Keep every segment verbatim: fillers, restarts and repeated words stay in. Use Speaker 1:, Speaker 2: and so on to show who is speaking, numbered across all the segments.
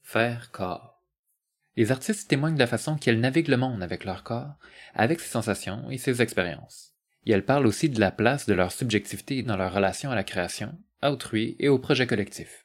Speaker 1: faire corps. Les artistes témoignent de la façon qu'elles naviguent le monde avec leur corps, avec ses sensations et ses expériences. Et elles parlent aussi de la place de leur subjectivité dans leur relation à la création, à autrui et au projet collectif.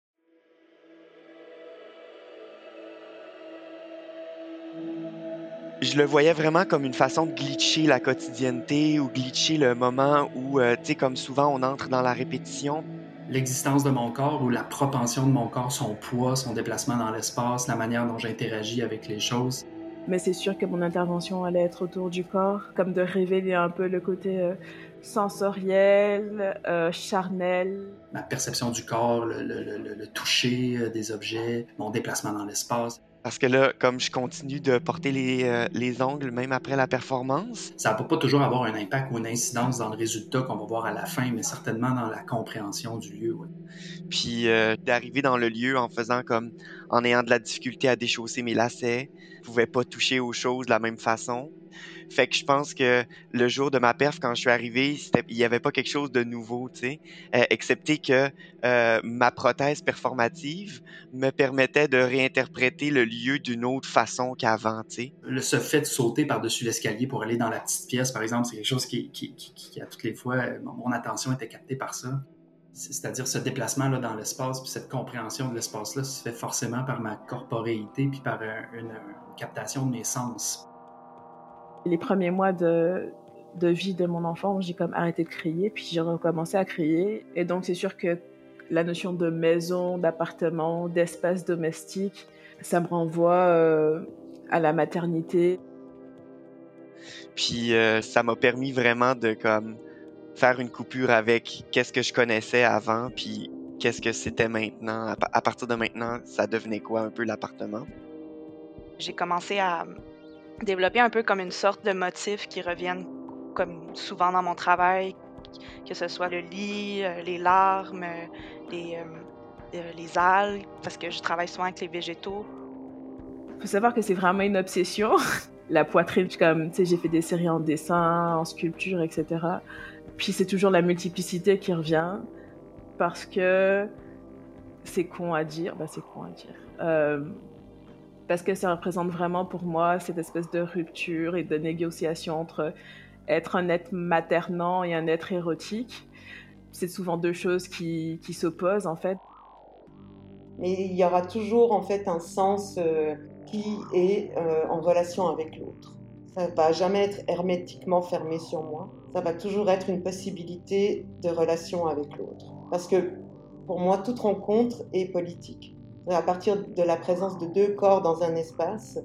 Speaker 2: Je le voyais vraiment comme une façon de glitcher la quotidienneté ou glitcher le moment où, euh, tu sais, comme souvent, on entre dans la répétition.
Speaker 3: L'existence de mon corps ou la propension de mon corps, son poids, son déplacement dans l'espace, la manière dont j'interagis avec les choses.
Speaker 4: Mais c'est sûr que mon intervention allait être autour du corps, comme de révéler un peu le côté euh, sensoriel, euh, charnel.
Speaker 3: Ma perception du corps, le, le, le, le toucher euh, des objets, mon déplacement dans l'espace.
Speaker 2: Parce que là, comme je continue de porter les, euh, les ongles même après la performance,
Speaker 3: ça ne peut pas toujours avoir un impact ou une incidence dans le résultat qu'on va voir à la fin, mais certainement dans la compréhension du lieu. Ouais.
Speaker 2: Puis euh, d'arriver dans le lieu en faisant comme, en ayant de la difficulté à déchausser mes lacets, je pouvais pas toucher aux choses de la même façon. Fait que je pense que le jour de ma perf, quand je suis arrivé, il n'y avait pas quelque chose de nouveau, tu sais, euh, excepté que euh, ma prothèse performative me permettait de réinterpréter le lieu d'une autre façon qu'avant, tu sais.
Speaker 3: Le ce fait de sauter par-dessus l'escalier pour aller dans la petite pièce, par exemple, c'est quelque chose qui, qui, qui, qui à toutes les fois, mon attention était captée par ça. C'est-à-dire ce déplacement-là dans l'espace, puis cette compréhension de l'espace-là se fait forcément par ma corporéité, puis par une, une, une captation de mes sens.
Speaker 4: Les premiers mois de, de vie de mon enfant, j'ai comme arrêté de crier, puis j'ai recommencé à crier. Et donc c'est sûr que la notion de maison, d'appartement, d'espace domestique, ça me renvoie euh, à la maternité.
Speaker 2: Puis euh, ça m'a permis vraiment de comme faire une coupure avec qu'est-ce que je connaissais avant, puis qu'est-ce que c'était maintenant. À partir de maintenant, ça devenait quoi un peu l'appartement?
Speaker 5: J'ai commencé à développer un peu comme une sorte de motifs qui reviennent comme souvent dans mon travail, que ce soit le lit, les larmes, les, euh, les algues, parce que je travaille souvent avec les végétaux.
Speaker 4: Il faut savoir que c'est vraiment une obsession. La poitrine, comme, tu sais, j'ai fait des séries en dessin, en sculpture, et cetera. Puis c'est toujours la multiplicité qui revient, parce que c'est con à dire, bah c'est con à dire. Euh, parce que ça représente vraiment pour moi cette espèce de rupture et de négociation entre être un être maternant et un être érotique. C'est souvent deux choses qui, qui s'opposent en fait.
Speaker 6: Mais il y aura toujours en fait un sens euh, qui est euh, en relation avec l'autre. Ça ne va jamais être hermétiquement fermé sur moi. Ça va toujours être une possibilité de relation avec l'autre. Parce que pour moi, toute rencontre est politique. À partir de la présence de deux corps dans un espace,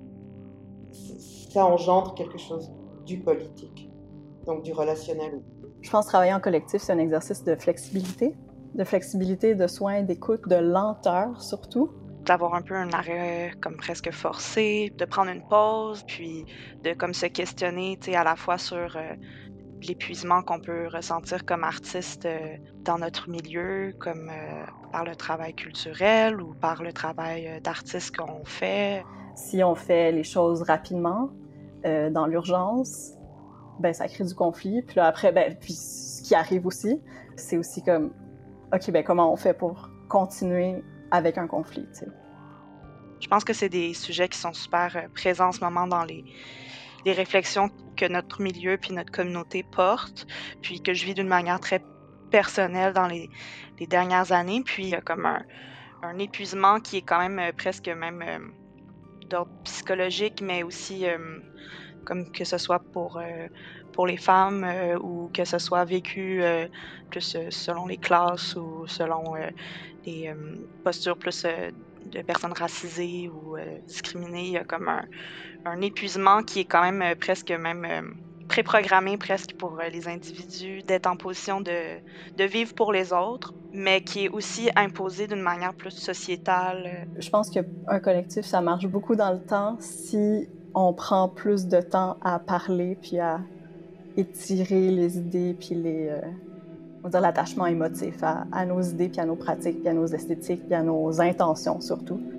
Speaker 6: ça engendre quelque chose du politique, donc du relationnel.
Speaker 7: Je pense que travailler en collectif, c'est un exercice de flexibilité, de flexibilité, de soin, d'écoute, de lenteur surtout.
Speaker 5: D'avoir un peu un arrêt comme presque forcé, de prendre une pause, puis de comme se questionner, tu sais, à la fois sur euh, l'épuisement qu'on peut ressentir comme artiste euh, dans notre milieu, comme euh, par le travail culturel ou par le travail euh, d'artiste qu'on fait.
Speaker 7: Si on fait les choses rapidement, euh, dans l'urgence, ben ça crée du conflit. Puis là après, ben puis ce qui arrive aussi, c'est aussi comme, ok, ben comment on fait pour continuer avec un conflit, tu sais.
Speaker 5: Je pense que c'est des sujets qui sont super euh, présents en ce moment dans les les réflexions que notre milieu puis notre communauté porte, puis que je vis d'une manière très personnelle dans les, les dernières années. Puis il y a comme un, un épuisement qui est quand même euh, presque même euh, d'ordre psychologique, mais aussi euh, comme que ce soit pour, euh, pour les femmes euh, ou que ce soit vécu euh, plus euh, selon les classes ou selon euh, les euh, postures plus euh, de personnes racisées ou euh, discriminées. Il y a comme un, un épuisement qui est quand même euh, presque même euh, préprogrammé presque pour euh, les individus d'être en position de, de vivre pour les autres, mais qui est aussi imposé d'une manière plus sociétale.
Speaker 7: Je pense qu'un collectif, ça marche beaucoup dans le temps si on prend plus de temps à parler puis à étirer les idées puis les... Euh, on va dire l'attachement émotif à, à nos idées puis à nos pratiques puis à nos esthétiques puis à nos intentions surtout.